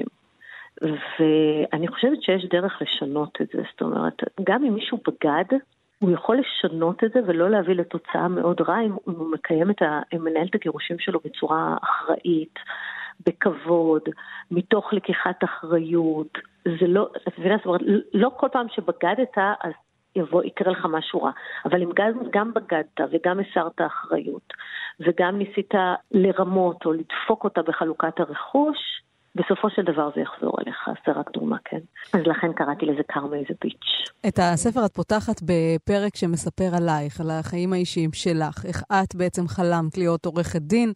ואני חושבת שיש דרך לשנות את זה, זאת אומרת, גם אם מישהו בגד, הוא יכול לשנות את זה ולא להביא לתוצאה מאוד רע, אם הוא מנהל את הגירושים שלו בצורה אחראית, בכבוד, מתוך לקיחת אחריות. זה לא, זאת אומרת, לא כל פעם שבגדת, אז יקרה לך משהו רע. אבל אם גם בגדת וגם הסרת אחריות, וגם ניסית לרמות או לדפוק אותה בחלוקת הרכוש, בסופו של דבר זה יחזור אליך, זה רק דוגמה, כן. אז לכן קראתי לזה קרמה איזה ביץ'. את הספר את פותחת בפרק שמספר עלייך, על החיים האישיים שלך, איך את בעצם חלמת להיות עורכת דין,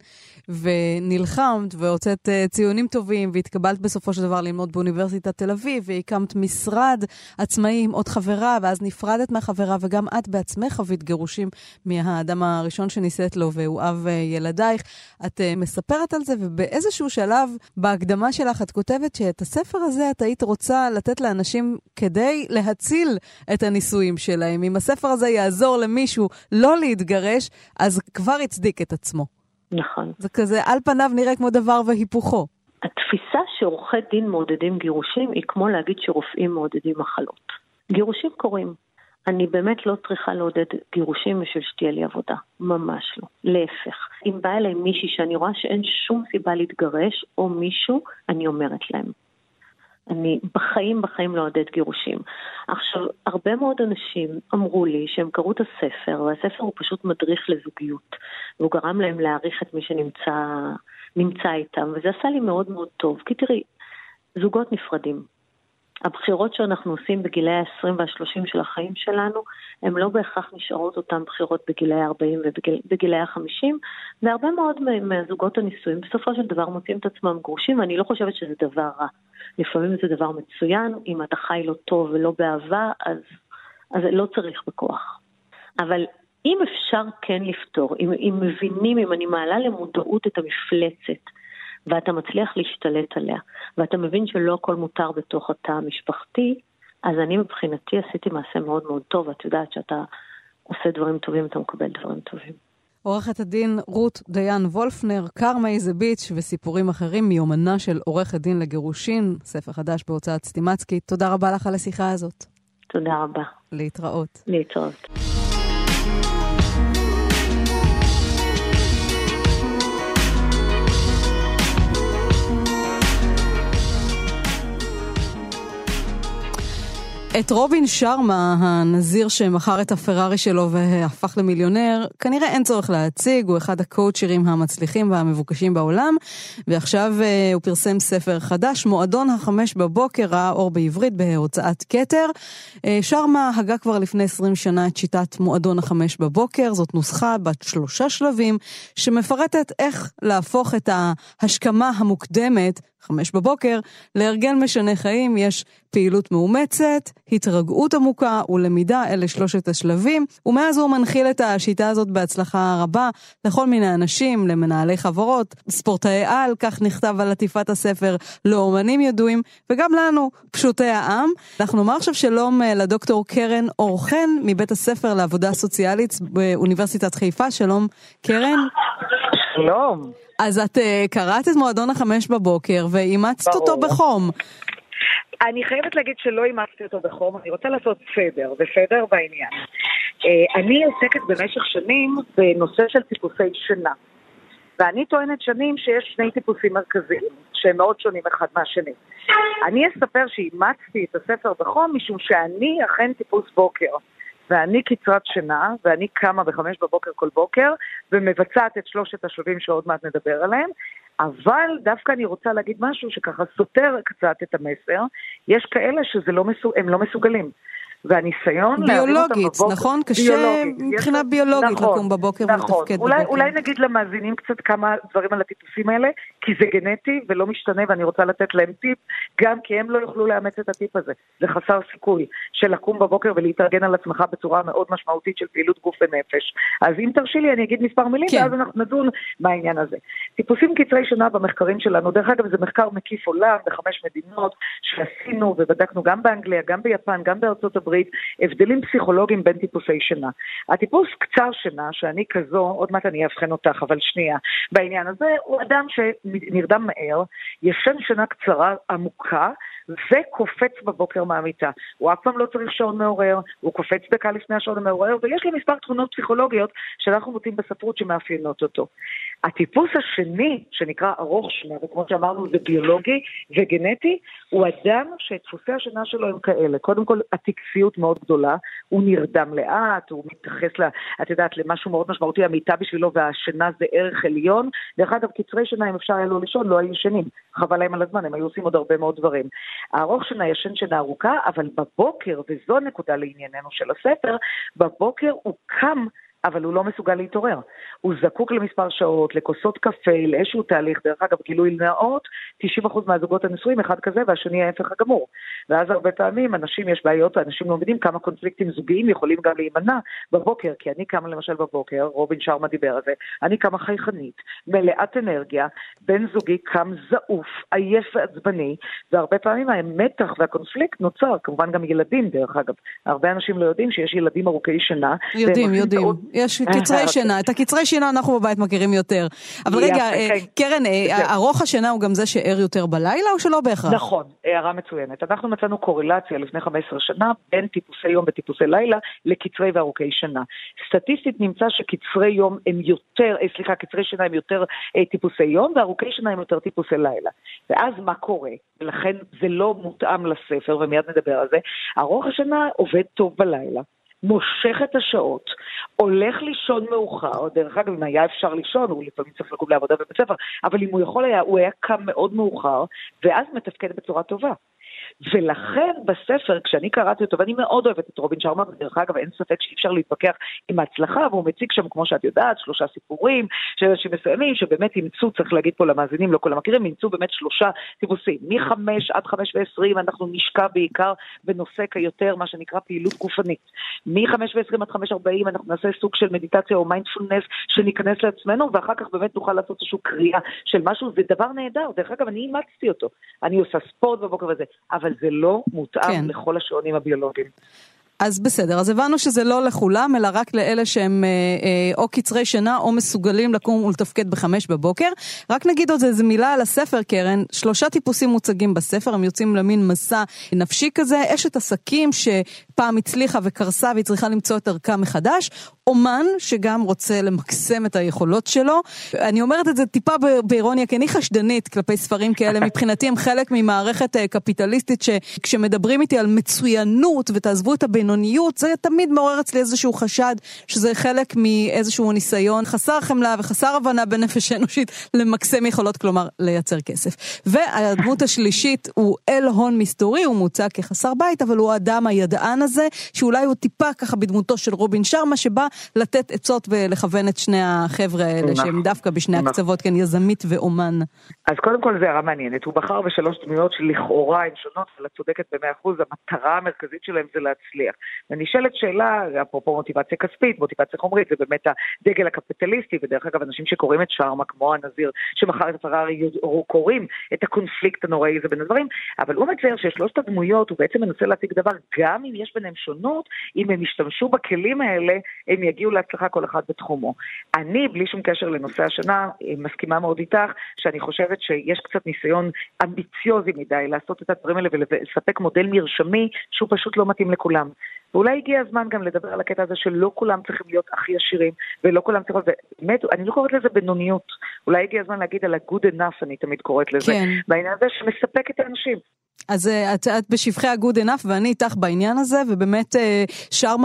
ונלחמת והוצאת ציונים טובים, והתקבלת בסופו של דבר ללמוד באוניברסיטת תל אביב, והקמת משרד עצמאי עם עוד חברה, ואז נפרדת מהחברה, וגם את בעצמך חווית גירושים מהאדם הראשון שניסית לו, והוא אב ילדייך. את מספרת על זה, ובאיזשהו שלב בהקדמה שלך את כותבת שאת הספר הזה את היית רוצה לתת לאנשים כדי להציל את הנישואים שלהם. אם הספר הזה יעזור למישהו לא להתגרש, אז כבר יצדיק את עצמו. נכון. זה כזה, על פניו נראה כמו דבר והיפוכו. התפיסה שעורכי דין מעודדים גירושים היא כמו להגיד שרופאים מעודדים מחלות. גירושים קורים. אני באמת לא צריכה לעודד גירושים בשביל שתהיה לי עבודה. ממש לא. להפך. אם בא אליי מישהי שאני רואה שאין שום סיבה להתגרש, או מישהו, אני אומרת להם. אני בחיים לא עודד גירושים. עכשיו, הרבה מאוד אנשים אמרו לי שהם קראו את הספר, והספר הוא פשוט מדריך לזוגיות. והוא גרם להם להעריך את מי שנמצא איתם, וזה עשה לי מאוד מאוד טוב. כי תראי, זוגות נפרדים. הבחירות שאנחנו עושים בגילי ה-20 וה-30 של החיים שלנו, הן לא בהכרח נשארות אותן בחירות בגילי ה-40 ובגילי ה-50, והרבה מאוד מהזוגות הנישואים בסופו של דבר מוצאים את עצמם גרושים, ואני לא חושבת שזה דבר רע. לפעמים זה דבר מצוין, אם אתה חי לא טוב ולא באהבה, אז לא צריך בכוח. אבל אם אפשר כן לפתור, אם מבינים, אם אני מעלה למודעות את המפלצת, ואתה מצליח להשתלט עליה, ואתה מבין שלא הכל מותר בתוך התא המשפחתי, אז אני מבחינתי עשיתי מעשה מאוד מאוד טוב, ואת יודעת שאתה עושה דברים טובים, אתה מקבל דברים טובים. עורכת הדין רות דיין וולפנר, קרמה איזה ביץ' וסיפורים אחרים מיומנה של עורכת דין לגירושין, ספר חדש בהוצאת סטימצקי. תודה רבה לך על השיחה הזאת. תודה רבה. להתראות. להתראות. את רובין שרמה, הנזיר שמכר את הפרארי שלו והפך למיליונר, כנראה אין צורך להציג, הוא אחד הקואוצ'רים המצליחים והמבוקשים בעולם, ועכשיו הוא פרסם ספר חדש, מועדון 5 בבוקר, ראה אור בעברית בהוצאת כתר. שרמה הגה כבר לפני 20 שנה את שיטת מועדון 5 בבוקר, זאת נוסחה בת 3 שלבים, שמפרטת איך להפוך את ההשכמה המוקדמת, 5 בבוקר, לארגן משנה חיים. יש פעילות מאומצת, התרגעות עמוקה ולמידה, אלה 3 השלבים, ומאז הוא מנחיל את השיטה הזאת בהצלחה רבה לכל מיני אנשים, למנהלי חברות, ספורטאי על, כך נכתב על עטיפת הספר, לאומנים ידועים, וגם לנו, פשוטי העם. אנחנו נאמר עכשיו שלום לדוקטור קרן אורחן, מבית הספר לעבודה סוציאלית באוניברסיטת חיפה. שלום קרן. שלום. אז את קראת את מועדון 5 בבוקר ואימצת אותו בחום. אני חייבת להגיד שלא אימצתי אותו בחום, אני רוצה לעשות סדר בעניין. אני עוסקת במשך שנים בנושא של טיפוסי שינה. ואני טוענת שנים שיש 2 טיפוסים מרכזיים, שהם מאוד שונים אחד מהשני. אני אספר שאימצתי את הספר בחום משום שאני אכן טיפוס בוקר. ואני קצרת שינה, ואני קמה ב5 בבוקר כל בוקר, ומבצעת את 3 השלבים שעוד מעט נדבר עליהם, אבל דווקא אני רוצה להגיד משהו שככה סותר קצת את המסר, יש כאלה שהם לא מסוגלים. והניסיון ביולוגית, נכון? קשה מבחינה ביולוגית לקום בבוקר ולתפקד בבוקר. אולי נגיד למאזינים קצת כמה דברים על הטיפוסים האלה, כי זה גנטי ולא משתנה, ואני רוצה לתת להם טיפ, גם כי הם לא יוכלו לאמץ את הטיפ הזה. זה חסר סיכוי של לקום בבוקר ולהתארגן על עצמך בצורה מאוד משמעותית של פעילות גוף ונפש. אז אם תרשי לי, אני אגיד מספר מילים, ואז אנחנו נדון מהעניין הזה. טיפוסים קצרי שינה במחקרים שלנו, דרך אגב זה מחקר מקיף עולם ב5 מדינות שעשינו ובדקנו גם באנגליה, גם ביפן, גם בארצות הברית, הבדלים פסיכולוגיים בין טיפוסי שינה. הטיפוס קצר שינה, שאני כזו, עוד מעט אני אבחן אותך, אבל שנייה, בעניין הזה הוא אדם שנרדם מהר, ישן שינה קצרה עמוקה, וקופץ בבוקר מהמיטה. הוא אף פעם לא צריך שעון מעורר, הוא קופץ דקה לפני השעון המעורר, ויש לו מספר תכונות פסיכולוגיות שאנחנו מוצאים בספרות שמאפיינות אותו. הטיפוס השני, שנקרא ארוך שינה, וכמו שאמרנו זה ביולוגי וגנטי, הוא אדם שדפוסי השינה שלו הם כאלה. קודם כל, הטקסיות מאוד גדולה, הוא נרדם לאט, הוא מתייחס את יודעת, למשהו מאוד משמעותי, המיטה בשבילו והשינה זה ערך עליון. דרך אגב, קצרי שינה, אם אפשר היה לו לישון, לא היו ישנים. חבל להם על הזמן, הם היו עושים עוד הרבה מאוד דברים. הארוך שינה ישן שינה ארוכה, אבל בבוקר, וזו נקודה לענייננו של הספר, בבוקר הוא קם, אבל הוא לא מסוגל להתעורר. הוא זקוק למספר שעות, לכוסות קפה, לאיזשהו תהליך, דרך אגב, גילוי נאות, 90% מהזוגות הנשואים, אחד כזה, והשני ההפך הגמור. ואז הרבה פעמים, אנשים יש בעיות, אנשים לא מבינים כמה קונפליקטים זוגיים יכולים גם להימנע בבוקר, כי אני קמה למשל בבוקר, רובין שרמה דיבר על זה, אני קמה חייכנית, מלאת אנרגיה, בן זוגי קם זעוף, עייף ועצבני, והרבה פעמים המתח והקונפליקט נוצר, כמובן גם ילדים דרך אגב. הרבה אנשים לא יודעים שיש ילדים ארוכי שינה, יודעים. יש קצרי שינה. את הקצרי שינה אנחנו בבית מכירים יותר. אבל רגע, קרן, ארוך השינה הוא גם זה שער יותר בלילה או שלא בהכרח? נכון, הערה מצוינת. אנחנו מצאנו קורלציה לפני 15 שנה בין טיפוסי יום וטיפוסי לילה לקצרי וארוכי שינה. סטטיסטית נמצא שקצרי יום הם יותר, קצרי שינה הם יותר טיפוסי יום וארוכי שינה הם יותר טיפוסי לילה. ואז מה קורה? ולכן זה לא מותאם לספר, ומיד נדבר על זה. ארוך השינה עובד טוב בלילה, מושך את השעות, הולך לישון מאוחר, דרך אגב, אם היה אפשר לישון, הוא לפעמים צריך לקום לעבודה בבית ספר, אבל אם הוא יכול היה, הוא היה קם מאוד מאוחר, ואז מתפקד בצורה טובה. ולכן בספר, כשאני קראתי אותו, ואני מאוד אוהבת את רובין שרמה, ודרך אגב אין ספק שאי אפשר להתווכח עם ההצלחה, והוא מציג שם, כמו שאת יודעת, 3 סיפורים של אנשים מסוימים, שבאמת ימצאו, צריך להגיד פה למאזינים, לא כל המכירים, ימצאו באמת 3 טיפוסים. מ-5 עד 5:20 אנחנו נשקע בעיקר בנושא כיותר, מה שנקרא פעילות גופנית. מ-5:20 עד 5:40 אנחנו נעשה סוג של מדיטציה או מיינדפולנס, שניכנס לעצמנו, ואחר כך באמת נוכל לעשות איזשהו קריאה של משהו, זה דבר נהדר. דרך אגב, אני אימצתי אותו. אני עושה ספורט בבוקר וזה, אבל זה לא מותאם לכל השעונים הביולוגיים. אז בסדר, אז הבנו שזה לא לכולם, אלא רק לאלה שהם או קצרי שינה או מסוגלים לקום ולתפקד ב5 בבוקר. רק נגיד עוד איזה מילה על הספר, קרן. 3 טיפוסים מוצגים בספר, הם יוצאים למין מסע נפשי כזה. אשת עסקים שפעם הצליחה וקרסה והיא צריכה למצוא את ערכה מחדש. אומן שגם רוצה למקסם את היכולות שלו. אני אומרת את זה טיפה באירוניה, כי אני חשדנית כלפי ספרים כאלה. מבחינתי הם חלק ממערכת קפיטליסטית שכשמדברים איתי על מצוינות ותעזבו את הבינוניות, זה תמיד מעורר אצלי איזשהו חשד שזה חלק מאיזשהו ניסיון חסר חמלה וחסר הבנה בנפש אנושית למקסם יכולות, כלומר לייצר כסף. והדמות השלישית הוא אל הון מסתורי, הוא מוצג כחסר בית, אבל הוא האדם הידען הזה, שאולי הוא טיפה ככה בדמותו של רובין שרמה, שבא לתת עצות ולכוון את שני החבר'ה האלה, שהם דווקא בשני הקצוות, כן, יזמית ואומן. אז קודם כל זה הרע מעניינת, הוא בחר ב3 דמויות שלכאורה הן שונות, אבל את צודקת ב100%, המטרה המרכזית שלהם זה להצליח. ונשאלת שאלה, אפרופו מוטיבציה כספית, מוטיבציה חומרית, זה באמת הדגל הקפיטליסטי, ודרך אגב אנשים שקוראים את שרמה, כמו הנזיר שמחר את הפרארי, קוראים את הקונפליקט הנוראי הזה בין הדברים, אבל הוא מצייר ששלושת הדמויות, הוא בעצם מנסה להציג דבר, גם אם יש ביניהם שונות, אם הם ישתמשו בכלים האלה, הם יגיעו להצלחה כל אחד בתחומו. אני, בלי שום קשר לנושא השנה, מסכימה מאוד איתך, שאני חושבת שיש קצת ניסיון אמביציוזי מדי לעשות את הדברים האלה ולספק מודל מרשמי שהוא פשוט לא מתאים לכולם. ואולי הגיע הזמן גם לדבר על הקטע הזה שלא כולם צריכים להיות הכי עשירים, ולא כולם צריכים, באמת, אני לא קוראת לזה בינוניות. אולי הגיע הזמן להגיד על ה-good enough, אני תמיד קוראת לזה, כן. בעניין הזה שמספק את האנשים. אז את בשבחי ה-good enough, ואני איתך בעניין הזה, ובאמת שרמה,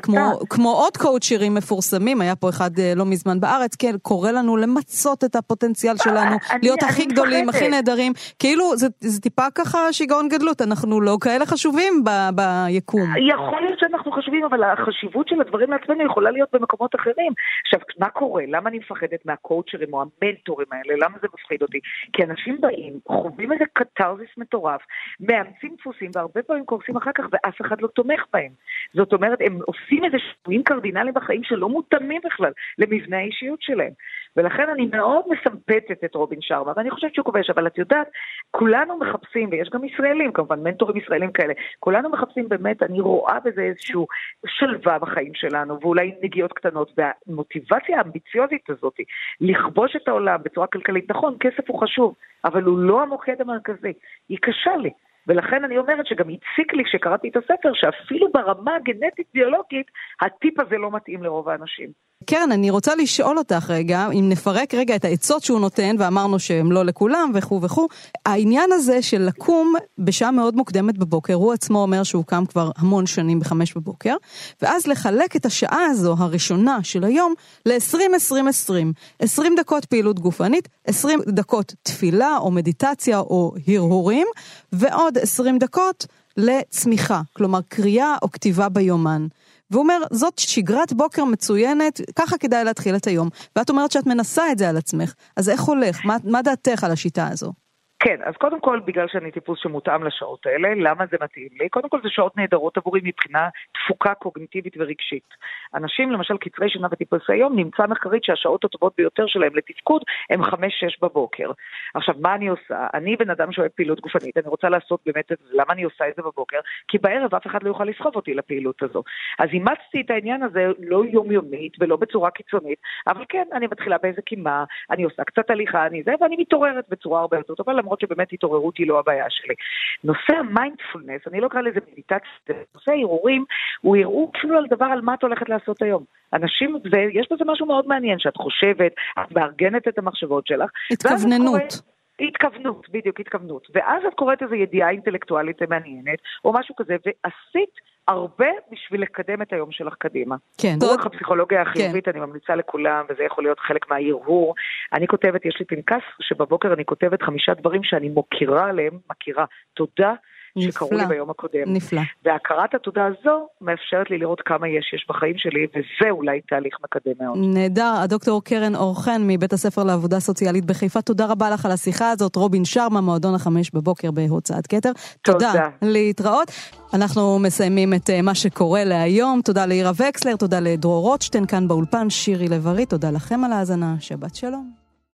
כמו עוד קואוצ'רים מפורסמים, היה פה אחד לא מזמן בארץ, כן, קורא לנו למצות את הפוטנציאל שלנו, להיות הכי גדולים, הכי נהדרים, כאילו זה טיפה ככה שיגעון גדלות, אנחנו לא כאלה חשובים ביקום. יכול להיות שאנחנו חשובים, אבל החשיבות של הדברים לעצמנו יכולה להיות במקומות אחרים. עכשיו, מה קורה? למה אני מפחדת מהקואוצ'רים או המנטורים האלה? למה זה מפחיד אותי? כי אנשים באים, חווים איזה קטרזיס מטורף, מאמצים דפוסים, והרבה פעמים קורסים אחר כך, ואף אחד לא תומך בהם. זאת אומרת, הם עושים איזה שינויים קרדינליים בחיים שלא מותאמים בכלל למבנה האישיות שלהם. ולכן אני מאוד מסמפתת את רובין שרמה, ואני חושבת שהוא כובש, אבל את יודעת, כולנו מחפשים, ויש גם ישראלים, כמובן, מנטורים ישראלים כאלה, כולנו מחפשים באמת, אני רואה בזה איזשהו שלווה בחיים שלנו, ואולי נגיעות קטנות, והמוטיבציה האמביציוזית הזאת, לכבוש את העולם בצורה כלכלית, נכון, כסף הוא חשוב, אבל הוא לא המוקד המרכזי, היא קשה לי. ולכן אני אומרת שגם הציק לי כשקראתי את הספר, שאפילו ברמה הגנטית ביולוגית, הטיפ הזה לא מתאים לרוב האנשים. קרן, אני רוצה לשאול אותך רגע, אם נפרק רגע את העצות שהוא נותן, ואמרנו שהם לא לכולם וכו' וכו', העניין הזה של לקום בשעה מאוד מוקדמת בבוקר, הוא עצמו אומר שהוא קם כבר המון שנים ב5 בבוקר, ואז לחלק את השעה הזו הראשונה של היום ל-20-20-20, 20 דקות פעילות גופנית, 20 דקות תפילה או מדיטציה או הרהורים, ועוד 20 דקות לצמיחה, כלומר קריאה או כתיבה ביומן. והוא אומר, זאת שגרת בוקר מצוינת, ככה כדאי להתחיל את היום. ואת אומרת שאת מנסה את זה על עצמך. אז איך הולך? מה דעתך על השיטה הזו? כן, אז קודם כל, בגלל שאני טיפוס שמותאם לשעות האלה, למה זה מתאים לי? קודם כל, זה שעות נהדרות עבורי מבחינה תפוקה קוגניטיבית ורגשית. אנשים, למשל, קצרי שינה וטיפוסי יום, נמצא מחקרית שהשעות הטובות ביותר שלהם לתפקוד הם 5-6 בבוקר. עכשיו, מה אני עושה? אני בן אדם שאוהב פעילות גופנית, אני רוצה לעשות באמת את זה. למה אני עושה את זה בבוקר? כי בערב אף אחד לא יוכל לסחוב אותי לפעילות הזו. אז אימצתי את העניין הזה לא יומיומית ולא בצורה קיצונית, אבל כן, אני מתחילה באיזה קימה, אני עושה קצת הליכה, ואני מתעוררת בצורה הרבה יותר טובה, למרות שבאמת התעוררות היא לא הבעיה שלי. נושא המיינדפולנס, אני לא קרא לזה מדיטציה, נושא הערעורים, הוא יראו אפילו על דבר על מה את הולכת לעשות היום. אנשים, ויש בזה משהו מאוד מעניין, שאת חושבת, את מארגנת את המחשבות שלך. התכווננות. התכוונות, בדיוק, התכוונות. ואז את קוראת איזו ידיעה אינטלקטואלית מעניינת, או משהו כזה, ועשית הרבה בשביל לקדם את היום שלך קדימה. כן. רוח הפסיכולוגיה החיובית, אני ממליצה לכולם, וזה יכול להיות חלק מההרהור. אני כותבת, יש לי פנקס, שבבוקר אני כותבת 5 דברים שאני מוקירה עליהם, מכירה, תודה, שקראו לי ביום הקודם. נפלא. והכרת התודה הזו מאפשרת לי לראות כמה יש בחיים שלי, וזה אולי תהליך מקדם מאוד. נהדר. הדוקטור קרן אור חן מבית הספר לעבודה סוציאלית בחיפה, תודה רבה לך על השיחה הזאת. רובין שרמה, מועדון 5 בבוקר בהוצאת כתר. תודה. להתראות. אנחנו מסיימים את מה שקורה להיום. תודה לאירה וקסלר, תודה לדרור רוטשטיין כאן באולפן, שירי לב-ארי, תודה לכם על ההאזנה. שבת שלום.